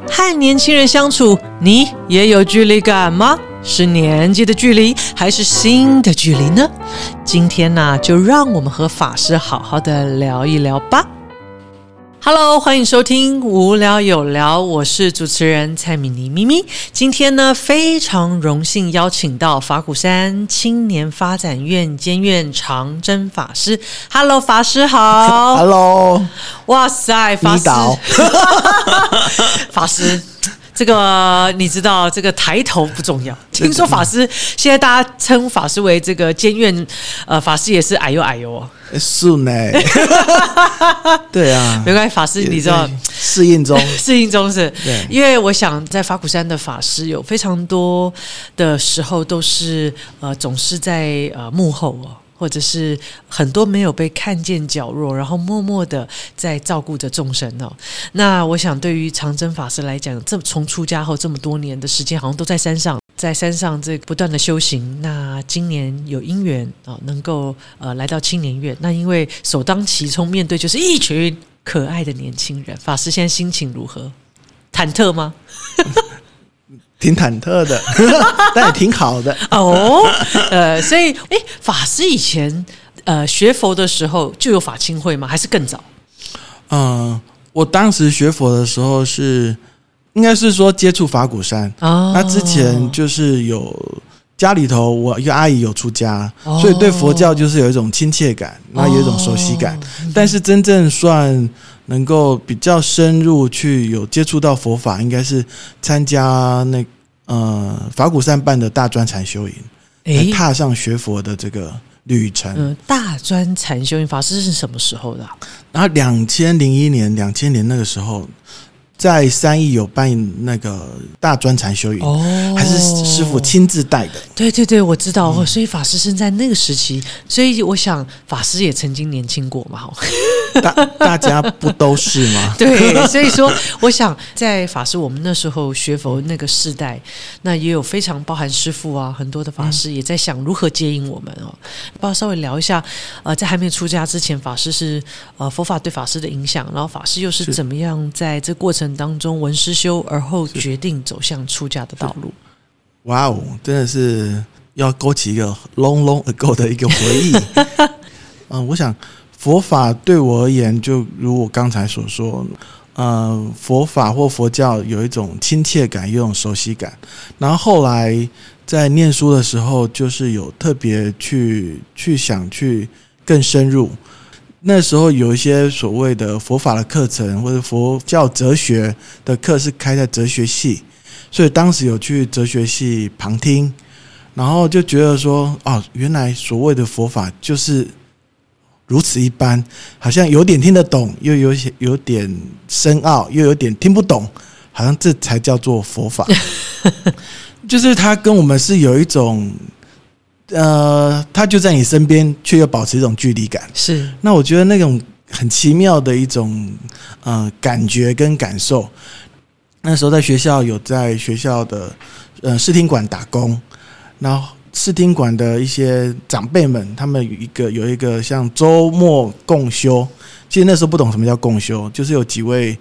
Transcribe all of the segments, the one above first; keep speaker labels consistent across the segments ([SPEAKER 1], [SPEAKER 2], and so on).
[SPEAKER 1] 和年轻人相处，你也有距离感吗？是年纪的距离，还是心的距离呢？今天呢，就让我们和法师好好的聊一聊吧。Hello， 欢迎收听无聊有聊，我是主持人蔡米妮咪咪。今天呢，非常荣幸邀请到法鼓山青年发展院监院长真法师。Hello， 法师好。
[SPEAKER 2] Hello，
[SPEAKER 1] 哇塞，法师，法师。这个你知道，这个抬头不重要。听说法师现在大家称法师为这个监院，法师也是哎呦哎呦哦，
[SPEAKER 2] 是呢，对啊，
[SPEAKER 1] 没关系，法师你知道
[SPEAKER 2] 适应中，
[SPEAKER 1] 适应中是，因为我想在法鼓山的法师有非常多的时候都是总是在幕后哦。或者是很多没有被看见角落，然后默默的在照顾着众生哦。那我想，对于长真法师来讲，从出家后这么多年的时间，好像都在山上，这不断的修行。那今年有因缘能够来到青年院，那因为首当其冲面对就是一群可爱的年轻人，法师现在心情如何？忐忑吗？
[SPEAKER 2] 挺忐忑的，但也挺好的
[SPEAKER 1] 哦。所以，法师以前学佛的时候就有法青会吗？还是更早？
[SPEAKER 2] 我当时学佛的时候应该是说接触法鼓山那之前就是有家里头我一个阿姨有出家所以对佛教就是有一种亲切感，那有一种熟悉感但是真正算能够比较深入去有接触到佛法，应该是参加法鼓山办的大专禅修营，才踏上学佛的这个旅程。
[SPEAKER 1] 大专禅修营法师是什么时候的
[SPEAKER 2] 然后2001年、2000年那个时候，在三义有办那个大专禅修营，还是师父亲自带的。对
[SPEAKER 1] 对对，我知道。所以法师是在那个时期，所以我想法师也曾经年轻过嘛。
[SPEAKER 2] 大家不都是吗？
[SPEAKER 1] 对，所以说我想在法师我们那时候学佛那个世代，那也有非常包含师父啊，很多的法师也在想如何接引我们哦。不知道稍微聊一下，在还没有出家之前，法师是佛法对法师的影响，然后法师又是怎么样在这过程当中闻思修而后决定走向出家的道路。
[SPEAKER 2] 哇哦，真的是要勾起一个 long ago 的一个回忆。我想佛法对我而言，就如我刚才所说，佛法或佛教有一种亲切感，有一种熟悉感。然后后来在念书的时候，就是有特别去想去更深入。那时候有一些所谓的佛法的课程或者佛教哲学的课是开在哲学系，所以当时有去哲学系旁听，然后就觉得说原来所谓的佛法就是如此一般，好像有点听得懂，又有点深奥，又有点听不懂，好像这才叫做佛法。就是它跟我们是有一种他就在你身边，却又保持一种距离感。是，那我觉得那种很奇妙的一种感觉跟感受。那时候在学校有在学校的视听馆打工，然后视听馆的一些长辈们，他们有一个像周末共修。其实那时候不懂什么叫共修，就是有几位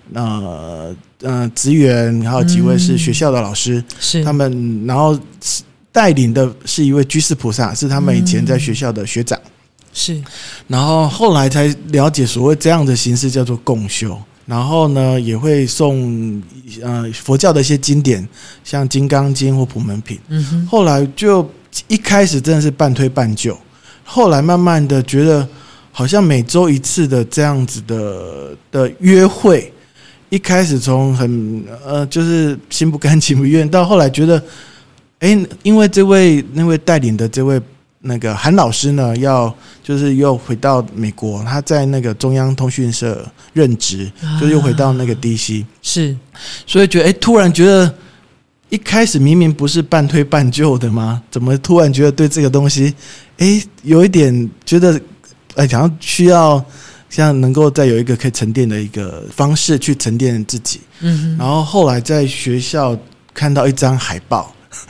[SPEAKER 2] 职员，还有几位是学校的老师，是他们，然后带领的是一位居士菩萨，是他们以前在学校的学长，是，然后后来才了解所谓这样的形式叫做共修，然后呢也会送佛教的一些经典，像《金刚经》或《普门品》，后来就一开始真的是半推半就，后来慢慢的觉得好像每周一次的这样子的约会，一开始从很就是心不甘情不愿，到后来觉得因为那位带领的这位那个韩老师呢，就是又回到美国，他在那个中央通讯社任职，就又回到那个 DC， 是，所以觉得突然觉得一开始明明不是半推半就的吗？怎么突然觉得对这个东西，有一点觉得，好像需要像能够再有一个可以沉淀的一个方式去沉淀自己。然后后来在学校看到一张海报。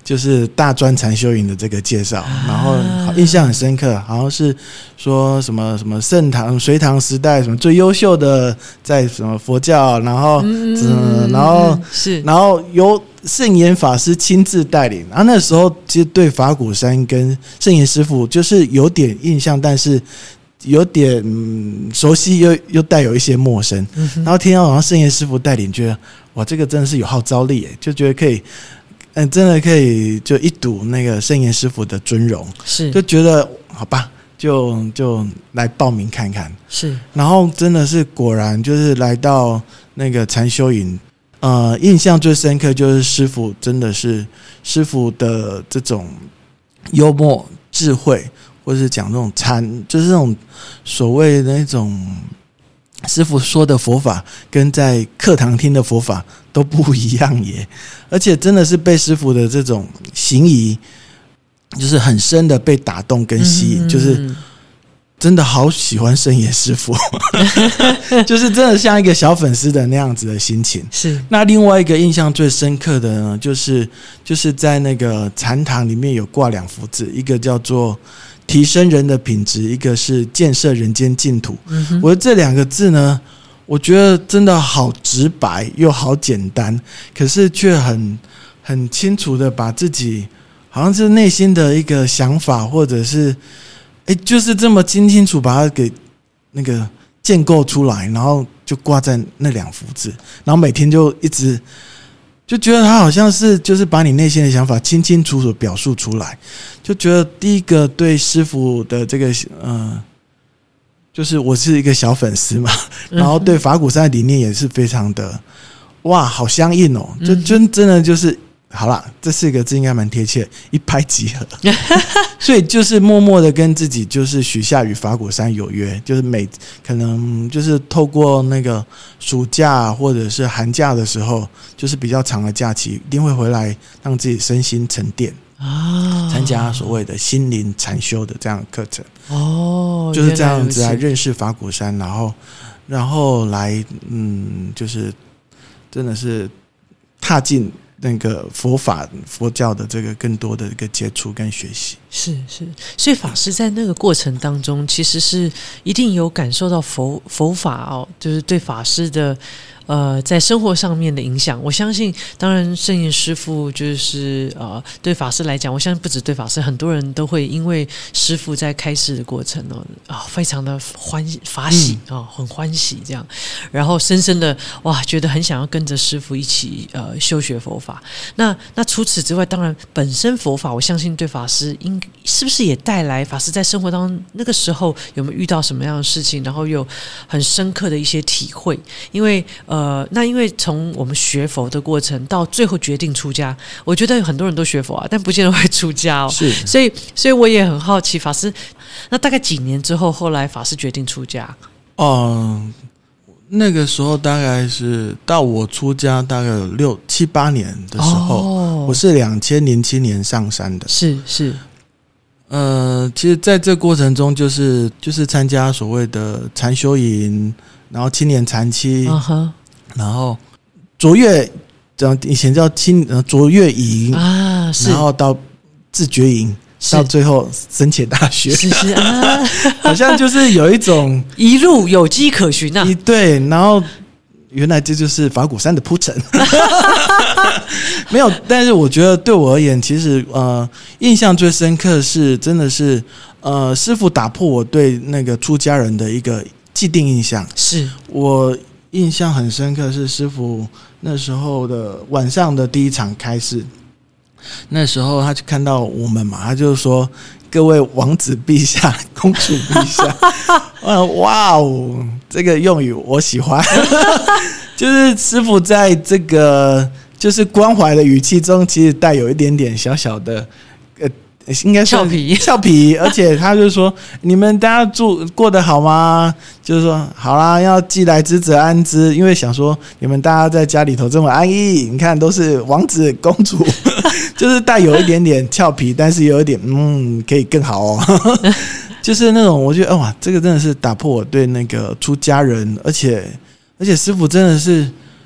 [SPEAKER 2] 就是大专禅修营的这个介绍，然后印象很深刻，好像是说什么什么盛唐隋唐时代什么最优秀的在什么佛教，然后然后由圣严法师亲自带领，然后那时候其实对法鼓山跟圣严师父就是有点印象，但是有点熟悉又带有一些陌生，然后听到好像圣严师父带领，觉得哇，这个真的是有号召力耶，就觉得可以。真的可以就一睹那个圣严师父的尊容，
[SPEAKER 1] 是
[SPEAKER 2] 就觉得好吧，就来报名看看，
[SPEAKER 1] 是，
[SPEAKER 2] 然后真的是果然就是来到那个禅修营，印象最深刻就是师父真的是师父的这种幽默智慧，或是讲那种就是那种所谓的那种。师父说的佛法跟在课堂听的佛法都不一样耶，而且真的是被师父的这种行仪，就是很深的被打动跟吸引，就是真的好喜欢圣严师父，就是真的像一个小粉丝的那样子的心情。
[SPEAKER 1] 是。
[SPEAKER 2] 那另外一个印象最深刻的呢，就是在那个禅堂里面有挂2幅字，一个叫做提升人的品质，一个是建设人间净土。我觉得这2个字呢，我觉得真的好直白又好简单，可是却很清楚的把自己好像是内心的一个想法，或者是就是这么清楚把它给那个建构出来，然后就挂在那2幅字，然后每天就一直就觉得他好像是就是把你内心的想法清清楚楚表述出来，就觉得第一个对师父的这个就是我是一个小粉丝嘛，然后对法鼓山的理念也是非常的哇，好相应哦，就真的就是好啦，这4个字应该蛮贴切，一拍即合。所以就是默默的跟自己就是许下与法鼓山有约，就是可能就是透过那个暑假或者是寒假的时候，就是比较长的假期，一定会回来让自己身心沉淀参加所谓的心灵禅修的这样的课程就是这样子来认识法鼓山，然后来就是真的是踏进那个佛教的这个更多的一个接触跟学习。
[SPEAKER 1] 是，所以法师在那个过程当中其实是一定有感受到佛法就是对法师的在生活上面的影响。我相信当然圣严师父就是对法师来讲，我相信不止对法师，很多人都会因为师父在开示的过程非常的法喜很欢喜这样，然后深深的觉得很想要跟着师父一起修学佛法。那除此之外，当然本身佛法我相信对法师是不是也带来法师在生活当中那个时候有没有遇到什么样的事情，然后有很深刻的一些体会。因为从我们学佛的过程到最后决定出家，我觉得很多人都学佛但不见得会出家
[SPEAKER 2] 是，
[SPEAKER 1] 所以我也很好奇法师那大概几年之后，后来法师决定出家
[SPEAKER 2] 那个时候大概是到我出家大概有6、7、8年的时候我是2007年上山的。
[SPEAKER 1] 是
[SPEAKER 2] 其实在这过程中就是参加所谓的禅修营，然后青年禅期然后卓越以前叫卓越营然后到自觉营，到最后深浅大学，好像就是有一种
[SPEAKER 1] 一路有迹可循
[SPEAKER 2] 对，然后原来这就是法鼓山的铺陈。没有，但是我觉得对我而言，其实印象最深刻是真的是师父打破我对那个出家人的一个既定印象。
[SPEAKER 1] 是
[SPEAKER 2] 我印象很深刻是师父那时候的晚上的第一场开示，那时候他就看到我们嘛，他就说各位王子陛下公主陛下哇哦，这个用语我喜欢。就是师父在这个就是关怀的语气中其实带有一点点小小的应该
[SPEAKER 1] 俏
[SPEAKER 2] 皮，而且他就说你们大家过得好吗？就是说好啦，要既来之则安之，因为想说你们大家在家里头这么安逸，你看都是王子公主，就是带有一点点俏皮，但是有一点可以更好就是那种我觉得哇，这个真的是打破我对那个出家人，而且师父真的是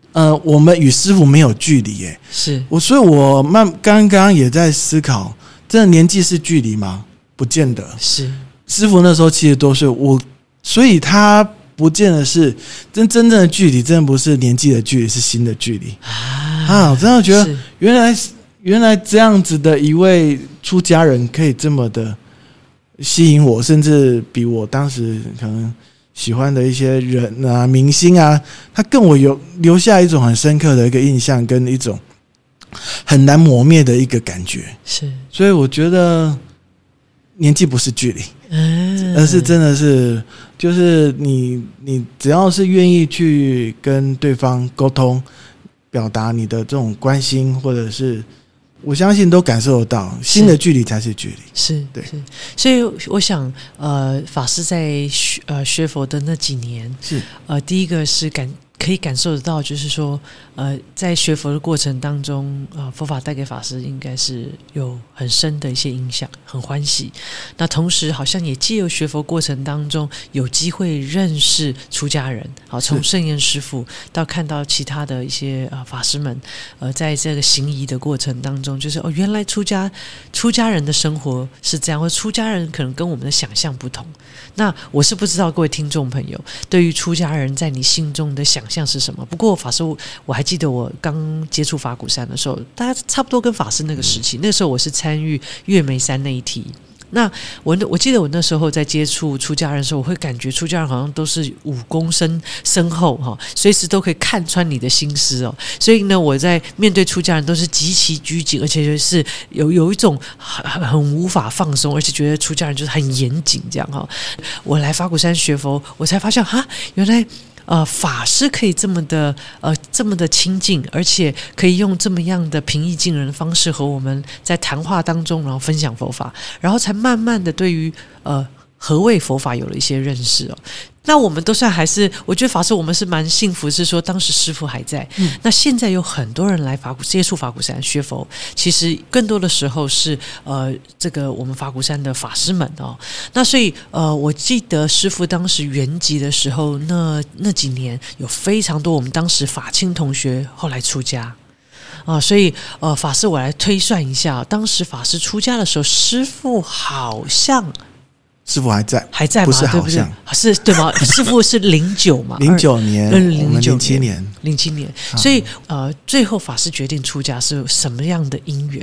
[SPEAKER 2] 我们与师父没有距离耶。
[SPEAKER 1] 是
[SPEAKER 2] 所以我刚刚也在思考，真的年纪是距离吗？不见得。
[SPEAKER 1] 是
[SPEAKER 2] 师父那时候70多岁，所以他不见得是真正的距离，真的不是年纪的距离，是心的距离啊！我真的觉得原来这样子的一位出家人可以这么的吸引我，甚至比我当时可能喜欢的一些人啊、明星啊，他跟我有留下一种很深刻的一个印象，跟一种很难磨灭的一个感觉。
[SPEAKER 1] 是，
[SPEAKER 2] 所以我觉得年纪不是距离，而是真的是，就是你只要是愿意去跟对方沟通，表达你的这种关心，或者是我相信都感受得到，心的距离才是距离。
[SPEAKER 1] 是，
[SPEAKER 2] 对，
[SPEAKER 1] 是。所以我想，法师在学佛的那几年，
[SPEAKER 2] 是
[SPEAKER 1] 第一个是可以感受得到，就是说，在学佛的过程当中，佛法带给法师应该是有很深的一些影响，很欢喜。那同时，好像也借由学佛过程当中，有机会认识出家人，好，从圣严师父到看到其他的一些法师们，在这个行仪的过程当中，就是原来出家人的生活是这样，或出家人可能跟我们的想象不同。那我是不知道各位听众朋友对于出家人在你心中的想象是什么。不过法师我还记得我刚接触法鼓山的时候，大家差不多跟法师那个时期，那时候我是参与月眉山那一题。那我记得我那时候在接触出家人的时候，我会感觉出家人好像都是武功深厚哈，随时都可以看穿你的心思哦。所以呢，我在面对出家人都是极其拘谨，而且就是有一种很无法放松，而且觉得出家人就是很严谨这样哈。我来法鼓山学佛，我才发现原来法师可以这么的亲近，而且可以用这么样的平易近人的方式和我们在谈话当中，然后分享佛法，然后才慢慢的对于何谓佛法有了一些认识哦。那我们都算还是，我觉得法师我们是蛮幸福，是说当时师父还在，那现在有很多人来接触法鼓山学佛，其实更多的时候是这个我们法鼓山的法师们哦。那所以我记得师父当时圆寂的时候，那几年有非常多我们当时法青同学后来出家。所以法师我来推算一下，当时法师出家的时候，师父好像
[SPEAKER 2] 师父还在吗？
[SPEAKER 1] 不
[SPEAKER 2] 是好像，
[SPEAKER 1] 对不是对吗？师父是09嘛
[SPEAKER 2] ，09年，我们07年
[SPEAKER 1] ，07年。所以最后法师决定出家是什么样的因缘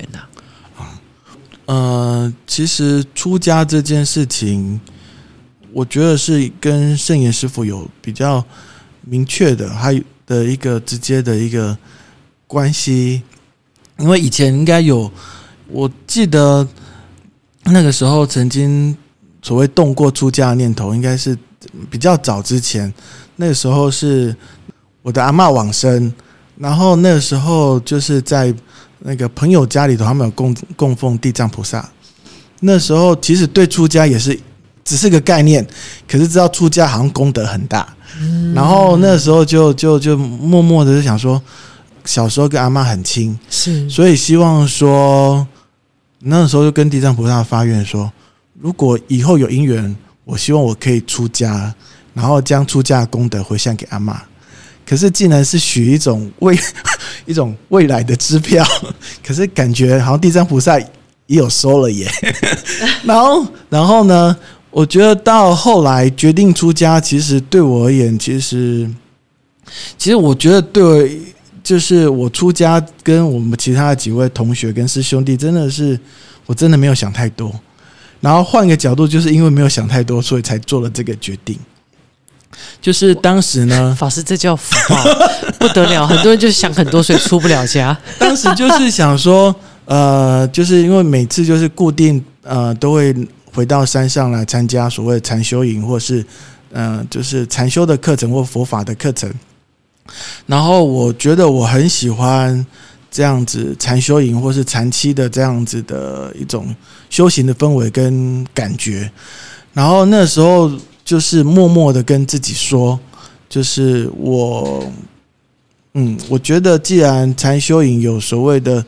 [SPEAKER 2] 呢？其实出家这件事情，我觉得是跟圣严师父有比较明确的，还的一个直接的一个关系。因为以前应该有，我记得那个时候曾经所谓动过出家的念头，应该是比较早之前。那个时候是我的阿嬷往生，然后那个时候就是在那个朋友家里头，他们有供奉地藏菩萨。那时候其实对出家也是只是个概念，可是知道出家好像功德很大，然后那时候就默默的就想说，小时候跟阿嬷很亲，
[SPEAKER 1] 是，
[SPEAKER 2] 所以希望说，那时候就跟地藏菩萨发愿说，如果以后有因缘，我希望我可以出家，然后将出家的功德回向给阿嬷。可是竟然是许一种未来的支票，可是感觉好像地藏菩萨也有收了耶。然后呢，我觉得到后来决定出家，其实对我而言，其实我觉得对，就是我出家跟我们其他的几位同学跟师兄弟，真的是我真的没有想太多。然后换个角度，就是因为没有想太多，所以才做了这个决定。就是当时呢，
[SPEAKER 1] 法师这叫福报不得了，很多人就想很多，所以出不了家。
[SPEAKER 2] 当时就是想说，就是因为每次就是固定都会回到山上来参加所谓的禅修营，或是就是禅修的课程或佛法的课程。然后我觉得我很喜欢这样子禅修营或是禅期的这样子的一种修行的氛围跟感觉。然后那时候就是默默的跟自己说，就是我觉得既然禅修营有所谓的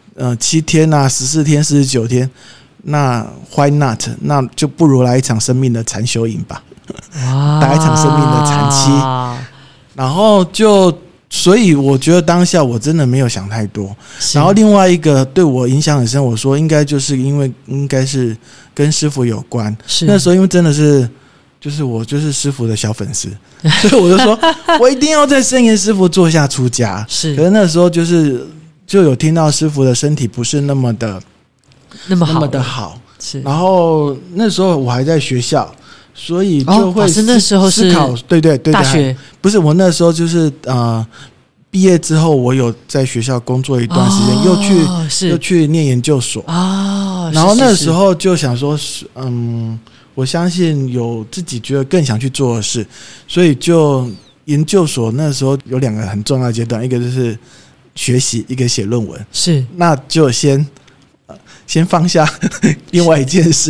[SPEAKER 2] 7天啊、14天、49天，那 why not？ 那就不如来一场生命的禅修营吧，打一场生命的禅期。然后就所以我觉得当下我真的没有想太多。然后另外一个对我影响很深，我说应该就是因为应该是跟师父有关。那时候因为真的是就是我就是师父的小粉丝，所以我就说我一定要在圣严师父座下出家。可是那时候就有听到师父的身体不是那么的好，是。然后那时候我还在学校，所以就会
[SPEAKER 1] 那时候是
[SPEAKER 2] 思考，对大
[SPEAKER 1] 学
[SPEAKER 2] 不是我那时候就是毕业之后我有在学校工作一段时间，又去念研究所然后那时候就想说我相信有自己觉得更想去做的事，所以就研究所那时候有2个很重要的阶段，一个就是学习，一个写论文。
[SPEAKER 1] 是，
[SPEAKER 2] 那就先放下另外一件事，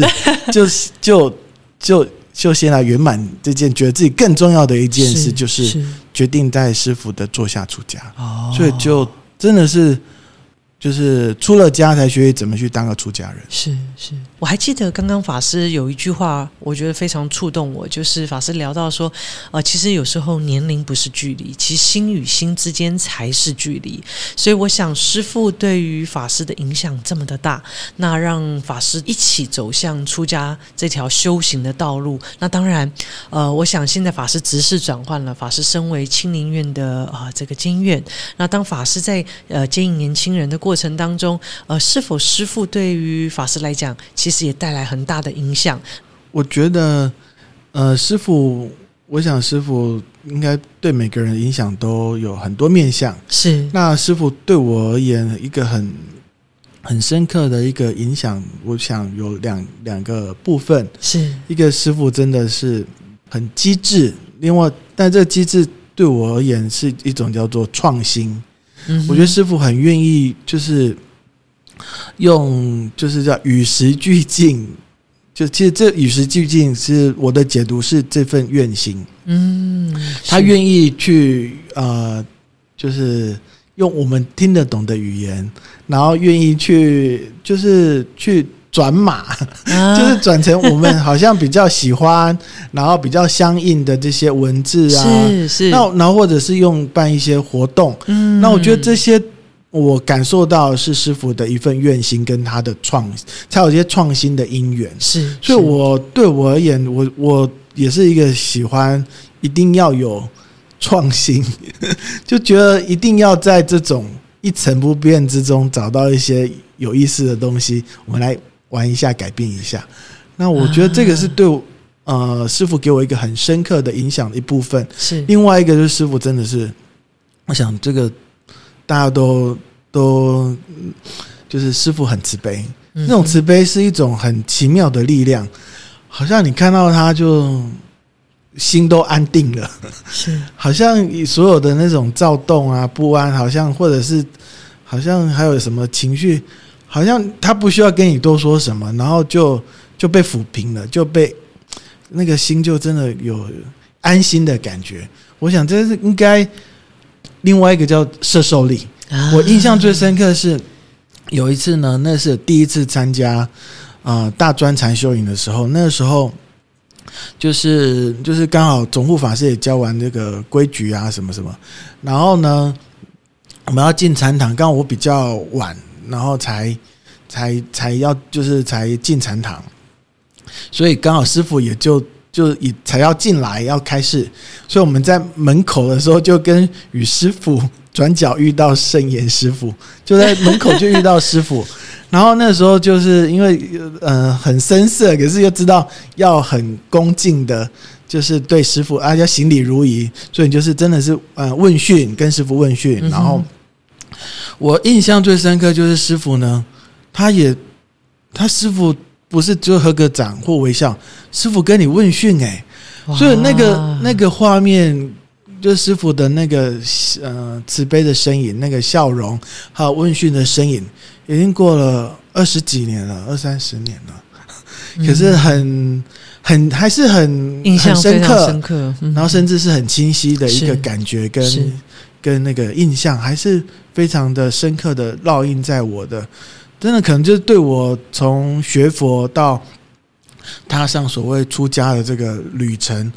[SPEAKER 2] 就先来圆满这件觉得自己更重要的一件事，就是决定在师父的座下出家。所以就真的是就是出了家才学习怎么去当个出家人。
[SPEAKER 1] 是，我还记得刚刚法师有一句话，我觉得非常触动我，就是法师聊到说，其实有时候年龄不是距离，其实心与心之间才是距离。所以我想师父对于法师的影响这么的大，那让法师一起走向出家这条修行的道路。那当然我想现在法师职事转换了，法师身为青年院的这个监院，那当法师在接引年轻人的过程当中，是否师父对于法师来讲其实也带来很大的影响？
[SPEAKER 2] 我觉得师父，我想师父应该对每个人的影响都有很多面向。
[SPEAKER 1] 是，
[SPEAKER 2] 那师父对我而言一个很深刻的一个影响，我想有两个部分。
[SPEAKER 1] 是，一
[SPEAKER 2] 个师父真的是很机智，另外但这个机智对我而言是一种叫做创新。我觉得师父很愿意就是用就是叫与时俱进，就其实这与时俱进是我的解读，是这份愿心。他愿意去就是用我们听得懂的语言，然后愿意去就是去转码，就是转成我们好像比较喜欢然后比较相应的这些文字
[SPEAKER 1] 是
[SPEAKER 2] 然后或者是办一些活动。那我觉得这些我感受到是师父的一份愿心跟他的才有一些创新的因缘。
[SPEAKER 1] 是，
[SPEAKER 2] 所以对我而言，我也是一个喜欢一定要有创新就觉得一定要在这种一成不变之中找到一些有意思的东西，我们来玩一下，改变一下。那我觉得这个是对师父给我一个很深刻的影响的一部分。
[SPEAKER 1] 是，
[SPEAKER 2] 另外一个就是师父真的是，我想这个大家都就是师父很慈悲，那种慈悲是一种很奇妙的力量，好像你看到他就心都安定了，
[SPEAKER 1] 是，
[SPEAKER 2] 好像所有的那种躁动啊、不安，好像或者是好像还有什么情绪，好像他不需要跟你多说什么，然后就被抚平了，就被那个心就真的有安心的感觉。我想这是应该另外一个叫摄受力。我印象最深刻是有一次呢，那是第一次参加大专禅修营的时候，那个时候就是刚好总护法师也教完这个规矩啊什么什么，然后呢我们要进禅堂，刚好我比较晚，然后才进禅堂，所以刚好师父也就才要进来要开示，所以我们在门口的时候就跟与师父转角遇到圣严师父，就在门口就遇到师父然后那时候就是因为很生涩，可是又知道要很恭敬的就是对师父要行礼如仪，所以就是真的是问讯，跟师父问讯。然后我印象最深刻就是师父呢，他师父不是只有合个掌或微笑，师父跟你问讯所以那个画面就是师父的那个慈悲的身影，那个笑容还有问讯的身影，已经过了20几年了，20-30年了，可是还是很
[SPEAKER 1] 印象
[SPEAKER 2] 深
[SPEAKER 1] 非常深刻，
[SPEAKER 2] 然后甚至是很清晰的一个感觉跟那个印象还是非常的深刻的烙印在我的，真的可能就是对我从学佛到踏上所谓出家的这个旅程，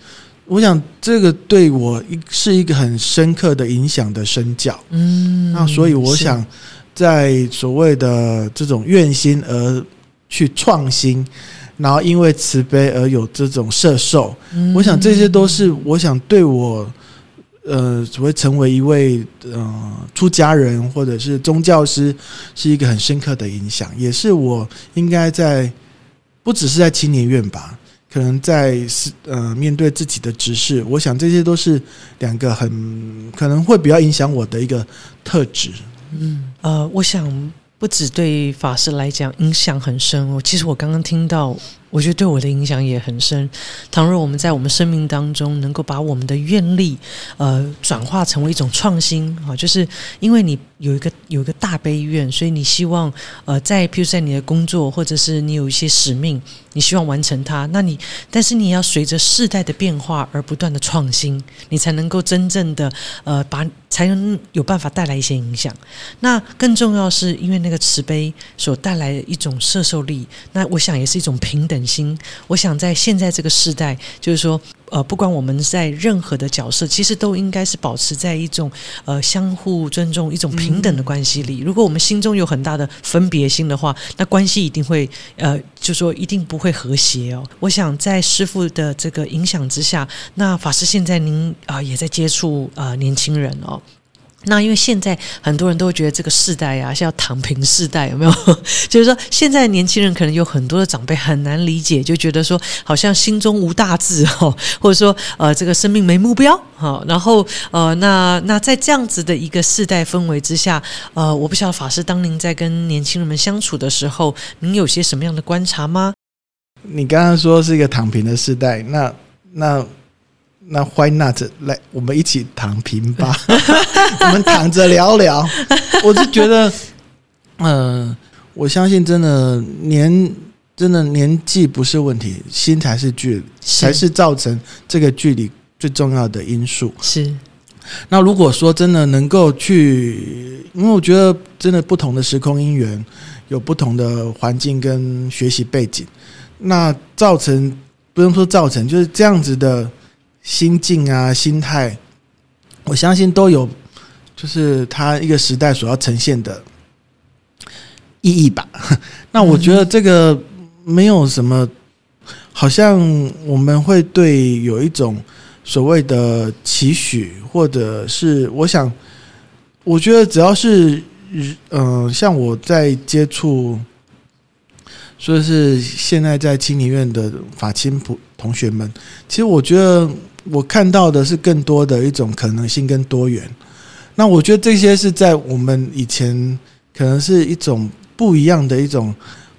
[SPEAKER 2] 我想这个对我是一个很深刻的影响的身教。那所以我想在所谓的这种愿心而去创新，然后因为慈悲而有这种摄受，我想这些都是我想对我所谓成为一位出家人或者是宗教师是一个很深刻的影响，也是我应该在不只是在青年院吧，可能在面对自己的执事，我想这些都是两个很可能会比较影响我的一个特质。
[SPEAKER 1] 我想不只对法师来讲影响很深哦，其实我刚刚听到，我觉得对我的影响也很深。倘若我们在我们生命当中能够把我们的愿力转化成为一种创新啊，就是因为你有一个大悲愿，所以你希望譬如在你的工作或者是你有一些使命，你希望完成它，但是你也要随着世代的变化而不断的创新，你才能够真正的才能有办法带来一些影响。那更重要是因为那个慈悲所带来的一种摄受力，那我想也是一种平等心。我想在现在这个世代，就是说不管我们在任何的角色，其实都应该是保持在一种相互尊重、一种平等的关系里。如果我们心中有很大的分别心的话，那关系一定会就说一定不会和谐哦。我想在师父的这个影响之下，那法师现在您也在接触年轻人哦。那因为现在很多人都觉得这个世代是要躺平世代，有没有？就是说现在年轻人可能有很多的长辈很难理解，就觉得说好像心中无大志或者说这个生命没目标然后那在这样子的一个世代氛围之下，我不晓得法师当您在跟年轻人们相处的时候，您有些什么样的观察吗？
[SPEAKER 2] 你刚刚说是一个躺平的世代，那 why not 来我们一起躺平吧我们躺着聊聊。我是觉得我相信真的年纪不是问题，心才是距离，才是造成这个距离最重要的因素。
[SPEAKER 1] 是。
[SPEAKER 2] 那如果说真的能够去，因为我觉得真的不同的时空因缘，有不同的环境跟学习背景，那不用说造成，就是这样子的心境心态，我相信都有就是他一个时代所要呈现的意义吧。那我觉得这个没有什么，好像我们会对有一种所谓的期许，或者是我觉得只要是像我在接触，说是现在在青年院的法亲同学们，其实我觉得我看到的是更多的一种可能性跟多元。那我觉得这些是在我们以前可能是一种不一样的一种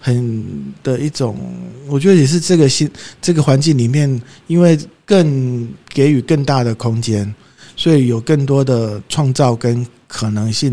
[SPEAKER 2] 我觉得也是这个环境里面，因为更给予更大的空间，所以有更多的创造跟可能性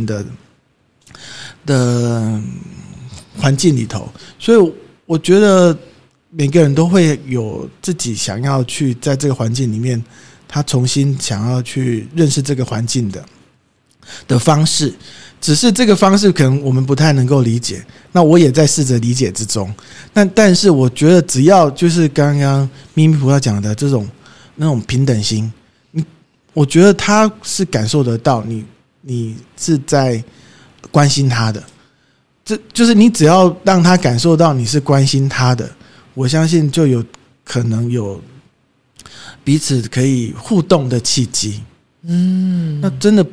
[SPEAKER 2] 的环境里头，所以我觉得每个人都会有自己想要去在这个环境里面，他重新想要去认识这个环境的方式，只是这个方式可能我们不太能够理解，那我也在试着理解之中。但是我觉得只要就是刚刚咪咪菩萨讲的那种平等心，我觉得他是感受得到你是在关心他的，这就是你只要让他感受到你是关心他的，我相信就有可能有彼此可以互动的契机。那真的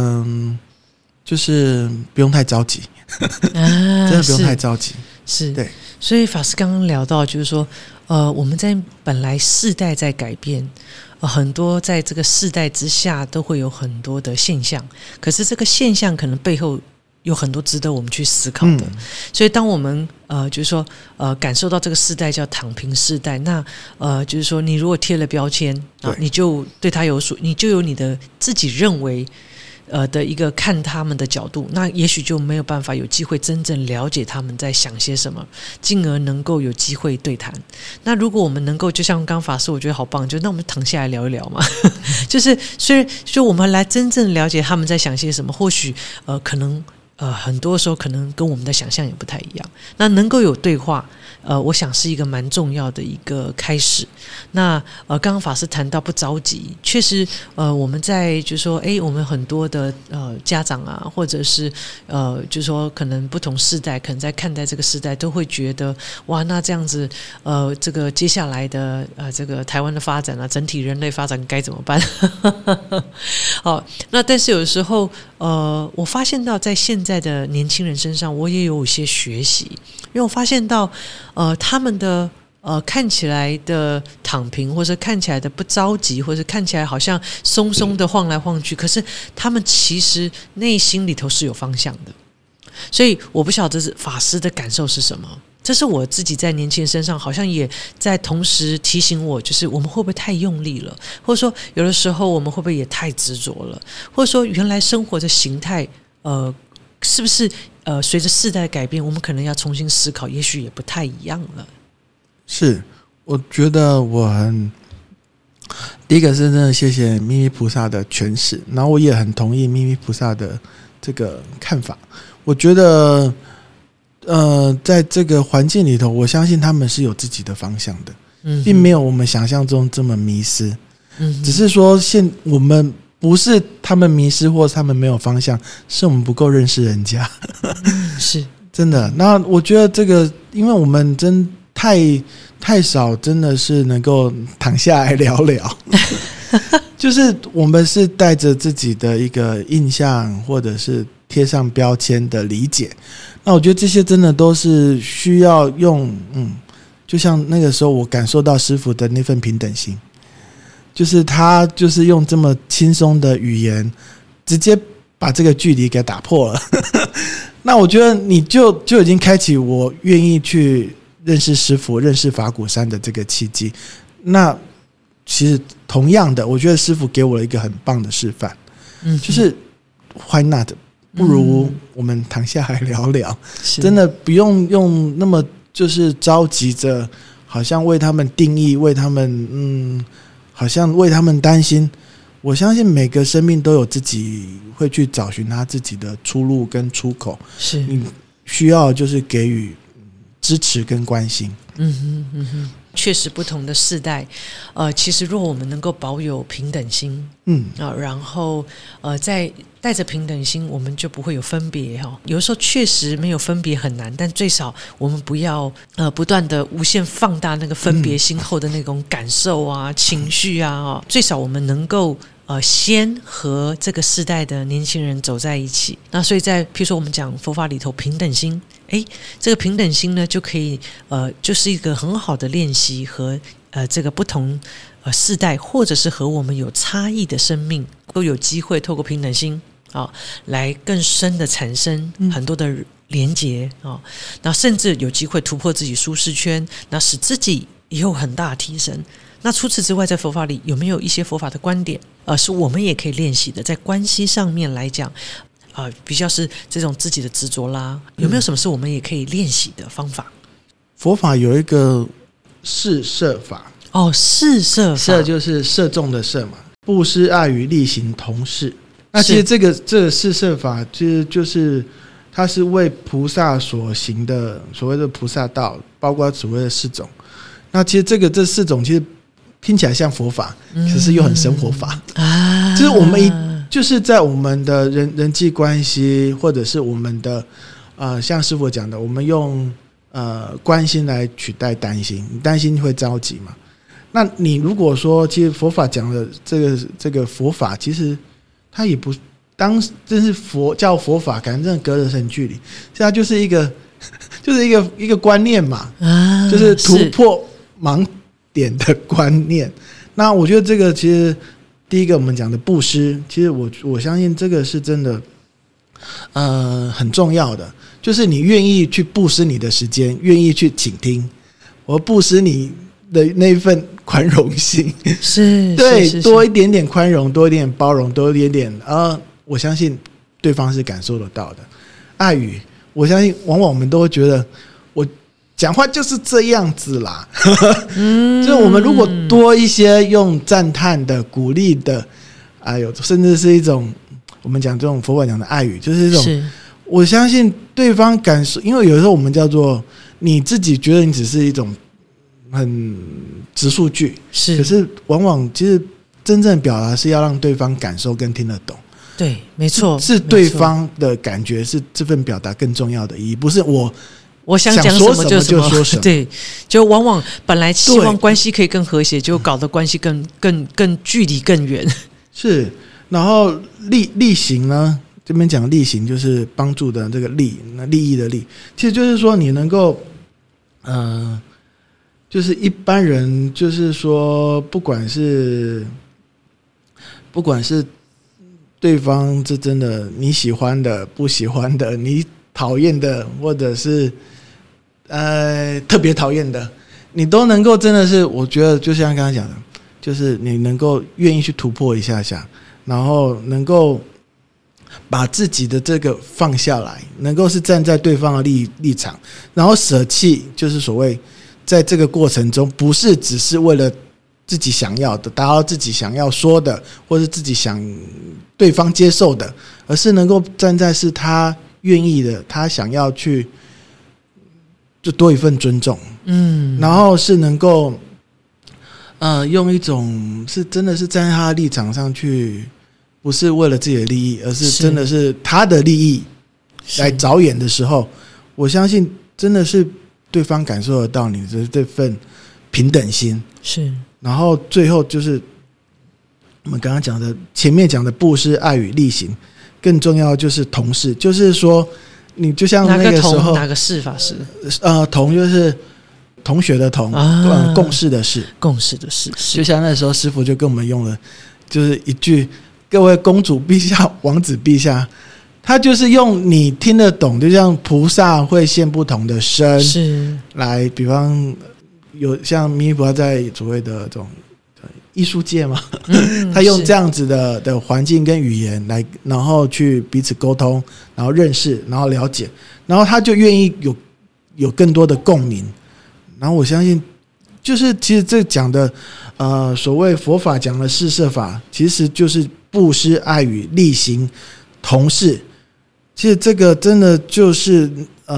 [SPEAKER 2] 就是不用太着急真的不用太着急。
[SPEAKER 1] 是，
[SPEAKER 2] 对。
[SPEAKER 1] 所以法师刚刚聊到就是说我们在本来世代在改变，很多在这个世代之下都会有很多的现象，可是这个现象可能背后有很多值得我们去思考的。所以当我们就是说感受到这个世代叫躺平世代，那就是说你如果贴了标签你就对他你就有你的自己认为的一个看他们的角度，那也许就没有办法有机会真正了解他们在想些什么，进而能够有机会对谈。那如果我们能够就像刚法师我觉得好棒，就那我们躺下来聊一聊嘛就是所以就我们来真正了解他们在想些什么，或许可能很多时候可能跟我们的想象也不太一样。那能够有对话，我想是一个蛮重要的一个开始。那刚刚法师谈到不着急，确实我们在就说我们很多的家长啊，或者是就说可能不同世代，可能在看待这个世代都会觉得哇，那这样子这个接下来的这个台湾的发展啊，整体人类发展该怎么办？好，那但是有时候我发现到在现在的年轻人身上，我也有一些学习，因为我发现到他们的看起来的躺平，或者看起来的不着急，或者看起来好像松松的晃来晃去，可是他们其实内心里头是有方向的。所以我不晓得法师的感受是什么，这是我自己在年轻人身上好像也在同时提醒我，就是我们会不会太用力了，或者说有的时候我们会不会也太执着了，或者说原来生活的形态是不是随着世代的改变，我们可能要重新思考，也许也不太一样了。
[SPEAKER 2] 是，我觉得第一个是真的谢谢咪咪菩萨的诠释，然后我也很同意咪咪菩萨的这个看法。我觉得在这个环境里头，我相信他们是有自己的方向的，并没有我们想象中这么迷失。只是说我们不是他们迷失，或是他们没有方向，是我们不够认识人家。
[SPEAKER 1] 是
[SPEAKER 2] 真的。那我觉得这个，因为我们真太少，真的是能够躺下来聊聊。就是我们是带着自己的一个印象，或者是贴上标签的理解。那我觉得这些真的都是需要用，就像那个时候我感受到师父的那份平等心，就是他就是用这么轻松的语言，直接把这个距离给打破了。那我觉得你就已经开启我愿意去认识师父、认识法鼓山的这个契机。那其实同样的，我觉得师父给我了一个很棒的示范，就是 why not？ 不如我们躺下来聊聊，真的不用用那么就是着急着，好像为他们定义，为他们好像为他们担心。我相信每个生命都有自己会去找寻他自己的出路跟出口，是你需要就是给予支持跟关心。
[SPEAKER 1] 确实不同的世代，其实若我们能够保有平等心，然后在带着平等心，我们就不会有分别哈。有的时候确实没有分别很难，但最少我们不要不断的无限放大那个分别心后的那种感受啊、情绪啊，最少我们能够先和这个世代的年轻人走在一起。那所以在譬如说我们讲佛法里头平等心，这个平等心呢就可以就是一个很好的练习，和这个不同世代或者是和我们有差异的生命都有机会透过平等心来更深的产生很多的连结那甚至有机会突破自己舒适圈，那使自己也有很大的提升。那除此之外，在佛法里有没有一些佛法的观点是我们也可以练习的？在关系上面来讲比较是这种自己的执着啦，有没有什么是我们也可以练习的方法？
[SPEAKER 2] 佛法有一个四摄法。
[SPEAKER 1] 四摄法，
[SPEAKER 2] 摄就是摄众的摄嘛，布施爱语力行同事。那其实这个四摄法其实就是它是为菩萨所行的所谓的菩萨道，包括所谓的四种。那其实这四种其实听起来像佛法，可是又很生活法就是我们就是在我们的人际关系，或者是我们的像师父讲的，我们用关心来取代担心，你担心会着急嘛？那你如果说其实佛法讲的这个佛法，其实它也不真是叫佛法，感觉真的隔着很距离，它就是一个观念嘛，就是突破盲点的观念。那我觉得这个其实第一个我们讲的布施，其实我相信这个是真的很重要的，就是你愿意去布施你的时间，愿意去倾听，我布施你的那一份宽容心，对，多一点点宽容，多一点点包容，多一点点我相信对方是感受得到的。爱语，我相信往往我们都会觉得我讲话就是这样子啦就是我们如果多一些用赞叹的、鼓励的，甚至是一种我们讲这种佛法讲的爱语，就是一种我相信对方感受，因为有时候我们叫做你自己觉得你只是一种很直述句，可是往往其实真正表达是要让对方感受跟听得懂。
[SPEAKER 1] 对，没错，
[SPEAKER 2] 是对方的感觉是这份表达更重要的意义，不是我
[SPEAKER 1] 想讲什么就
[SPEAKER 2] 说什么。
[SPEAKER 1] 对，就往往本来希望关系可以更和谐，就搞得关系更距离更远。
[SPEAKER 2] 是，然后力行呢？这边讲力行就是帮助的这个利，利益的利，其实就是说你能够，就是一般人，就是说不管是对方是真的你喜欢的、不喜欢的、你讨厌的，或者是特别讨厌的，你都能够真的是，我觉得就像刚刚讲的，就是你能够愿意去突破一下下，然后能够把自己的这个放下来，能够是站在对方的立场，然后舍弃，就是所谓在这个过程中，不是只是为了自己想要的，达到自己想要说的，或是自己想对方接受的，而是能够站在是他愿意的，他想要去就多一份尊重，然后是能够用一种是真的是站在他的立场上去，不是为了自己的利益，而是真的是他的利益来着眼的时候，我相信真的是对方感受得到你的这份平等心。
[SPEAKER 1] 是，
[SPEAKER 2] 然后最后就是我们刚刚讲的前面讲的布施、爱与力行，更重要的就是同事，就是说你就像那个时候
[SPEAKER 1] 哪个事法师？
[SPEAKER 2] 同就是同学的同，共事的事，
[SPEAKER 1] 共事的事。
[SPEAKER 2] 就像那时候师父就跟我们用了，就是一句“各位公主陛下、王子陛下”，他就是用你听得懂，就像菩萨会现不同的身，
[SPEAKER 1] 是来，
[SPEAKER 2] 比方有像弥陀在所谓的这种艺术界嘛，他用这样子的环境跟语言来，然后去彼此沟通，然后认识，然后了解，然后他就愿意有更多的共鸣。然后我相信，就是其实这讲的所谓佛法讲的四摄法，其实就是布施、爱与力行同事。其实这个真的就是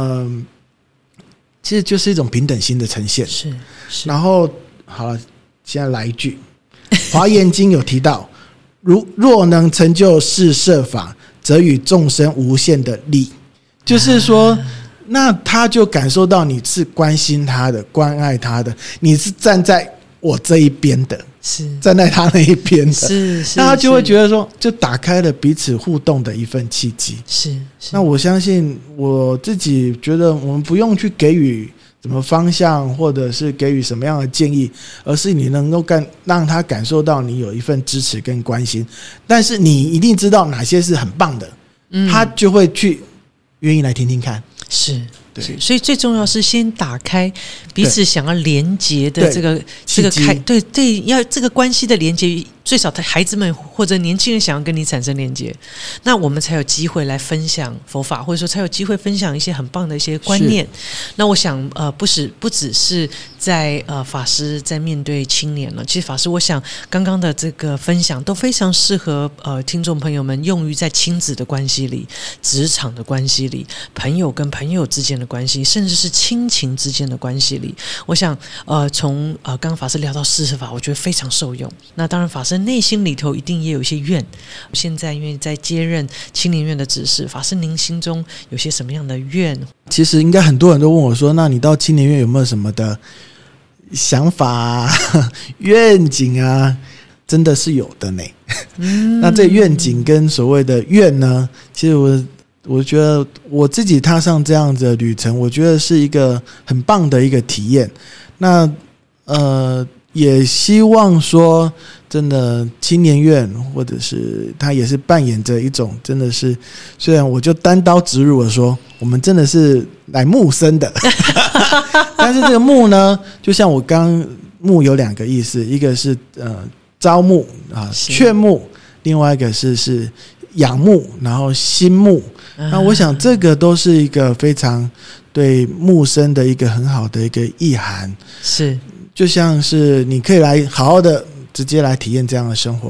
[SPEAKER 2] 其实就是一种平等心的呈现。
[SPEAKER 1] 是。
[SPEAKER 2] 然后好了，现在来一句，《华严经》有提到，若能成就四摄法，则与众生无限的利。就是说，那他就感受到你是关心他的、关爱他的，你是站在我这一边的，
[SPEAKER 1] 是
[SPEAKER 2] 站在他那一边的，
[SPEAKER 1] 是，
[SPEAKER 2] 那他就会觉得说，就打开了彼此互动的一份契机。是。那我相信我自己觉得，我们不用去给予什么方向，或者是给予什么样的建议，而是你能够让他感受到你有一份支持跟关心，但是你一定知道哪些是很棒的，他就会去愿意来听听看。是，对，
[SPEAKER 1] 所以最重要是先打开彼此想要连结的这个对，要这个关系的连结，最少孩子们或者年轻人想要跟你产生连结，那我们才有机会来分享佛法，或者说才有机会分享一些很棒的一些观念。那我想不只是在法师在面对青年了，其实法师我想刚刚的这个分享都非常适合听众朋友们用于在亲子的关系里、职场的关系里、朋友跟朋友之间的关系，甚至是亲情之间的关系里。我想从刚刚法师聊到四摄法，我觉得非常受用。那当然法师内心里头一定也有一些愿，现在因为在接任青年院的指示，法师您心中有些什么样的愿？
[SPEAKER 2] 其实应该很多人都问我说，那你到青年院有没有什么的想法啊、愿景啊？真的是有的呢。那这愿景跟所谓的愿呢，其实我觉得我自己踏上这样子的旅程，我觉得是一个很棒的一个体验。那也希望说真的青年院或者是他也是扮演着一种真的是，虽然我就单刀直入的说我们真的是来募生的但是这个募呢，就像我刚募有两个意思，一个是招募劝募，另外一个是仰慕，然后心慕。那我想这个都是一个非常对募生的一个很好的一个意涵。是，就像是你可以来好好的直接来体验这样的生活，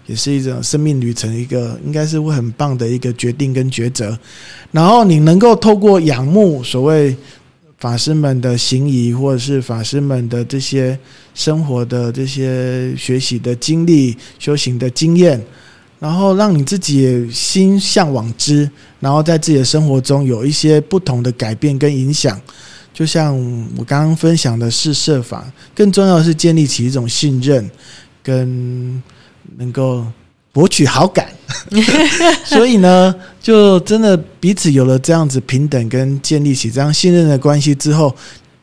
[SPEAKER 2] 也是一种生命旅程，一个应该是会很棒的一个决定跟抉择。然后你能够透过仰慕所谓法师们的行仪，或者是法师们的这些生活的这些学习的经历、修行的经验，然后让你自己也心向往之，然后在自己的生活中有一些不同的改变跟影响。就像我刚刚分享的是设法，更重要的是建立起一种信任，跟能够博取好感。所以呢，就真的彼此有了这样子平等跟建立起这样信任的关系之后，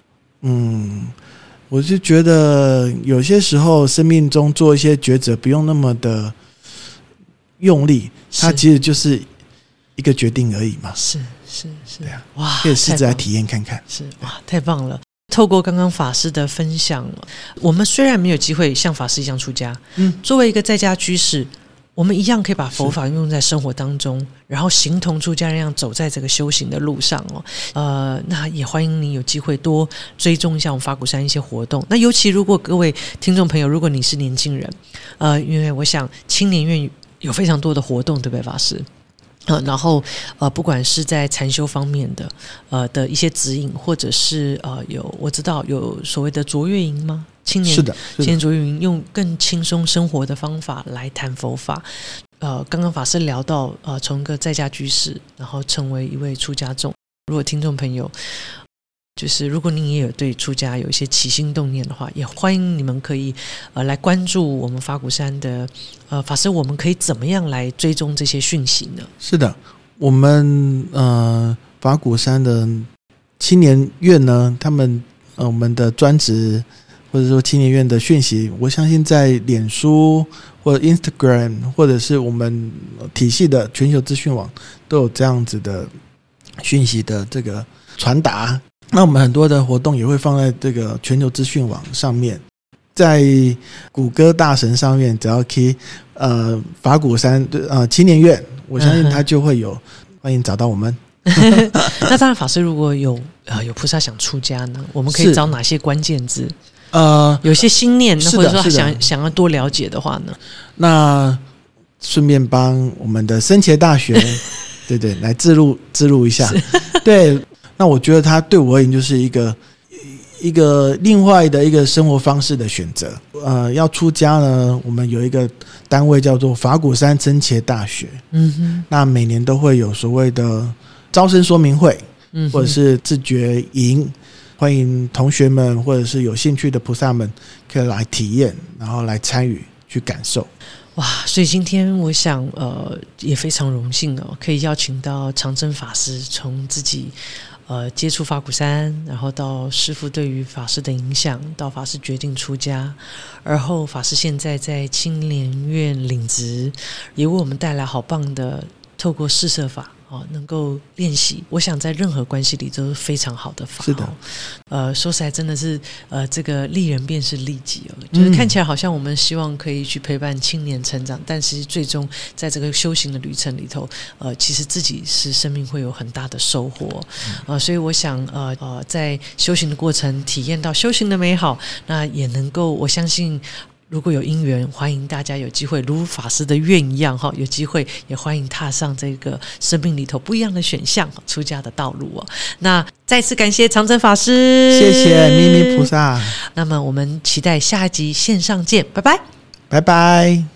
[SPEAKER 2] 我就觉得有些时候生命中做一些抉择不用那么的用力，它其实就是一个决定而已嘛。
[SPEAKER 1] 是，
[SPEAKER 2] 对啊，
[SPEAKER 1] 哇，
[SPEAKER 2] 可以试着来体验看看。
[SPEAKER 1] 是，哇，太棒了！透过刚刚法师的分享，我们虽然没有机会像法师一样出家，作为一个在家居士，我们一样可以把佛法用在生活当中，然后形同出家人一样走在这个修行的路上哦。那也欢迎你有机会多追踪一下我们法鼓山一些活动。那尤其如果各位听众朋友，如果你是年轻人，因为我想青年院有非常多的活动，对不对，法师？然后不管是在禅修方面的一些指引，或者是我知道有所谓的卓越营吗？青年卓越营用更轻松生活的方法来谈佛法。刚刚法师聊到从一个在家居士，然后成为一位出家众。如果听众朋友就是如果你也有对出家有一些起心动念的话，也欢迎你们可以来关注我们法鼓山的法师，我们可以怎么样来追踪这些讯息呢？
[SPEAKER 2] 是的，我们法鼓山的青年院呢，他们我们的专职或者说青年院的讯息，我相信在脸书或者 Instagram 或者是我们体系的全球资讯网都有这样子的讯息的这个传达。那我们很多的活动也会放在这个全球资讯网上面，在谷歌大神上面，只要 key 法鼓山青年院，我相信它就会有，欢迎找到我们。
[SPEAKER 1] 那当然，法师如果有菩萨想出家呢，我们可以找哪些关键字？有些心念，或者说想要多了解的话呢？那
[SPEAKER 2] 顺便帮我们的僧伽大学，对来自录一下，对。那我觉得它对我而言就是一个另外的一个生活方式的选择。要出家呢，我们有一个单位叫做法鼓山僧伽大学。那每年都会有所谓的招生说明会，或者是自觉营，欢迎同学们或者是有兴趣的菩萨们可以来体验，然后来参与去感受。
[SPEAKER 1] 哇，所以今天我想也非常荣幸可以邀请到长征法师，从自己接触法鼓山，然后到师父对于法师的影响，到法师决定出家，而后法师现在在青年院领职，也为我们带来好棒的透过四摄法能够练习，我想在任何关系里都是非常好的法。
[SPEAKER 2] 是的，
[SPEAKER 1] 说实在真的是这个利人便是利己就是看起来好像我们希望可以去陪伴青年成长，但是最终在这个修行的旅程里头，其实自己是生命会有很大的收获。所以我想在修行的过程体验到修行的美好，那也能够我相信。如果有因缘，欢迎大家有机会如法师的愿一样有机会也欢迎踏上这个生命里头不一样的选项，出家的道路那再次感谢长征法师，
[SPEAKER 2] 谢谢咪咪菩萨。
[SPEAKER 1] 那么我们期待下一集线上见，拜拜，
[SPEAKER 2] 拜拜。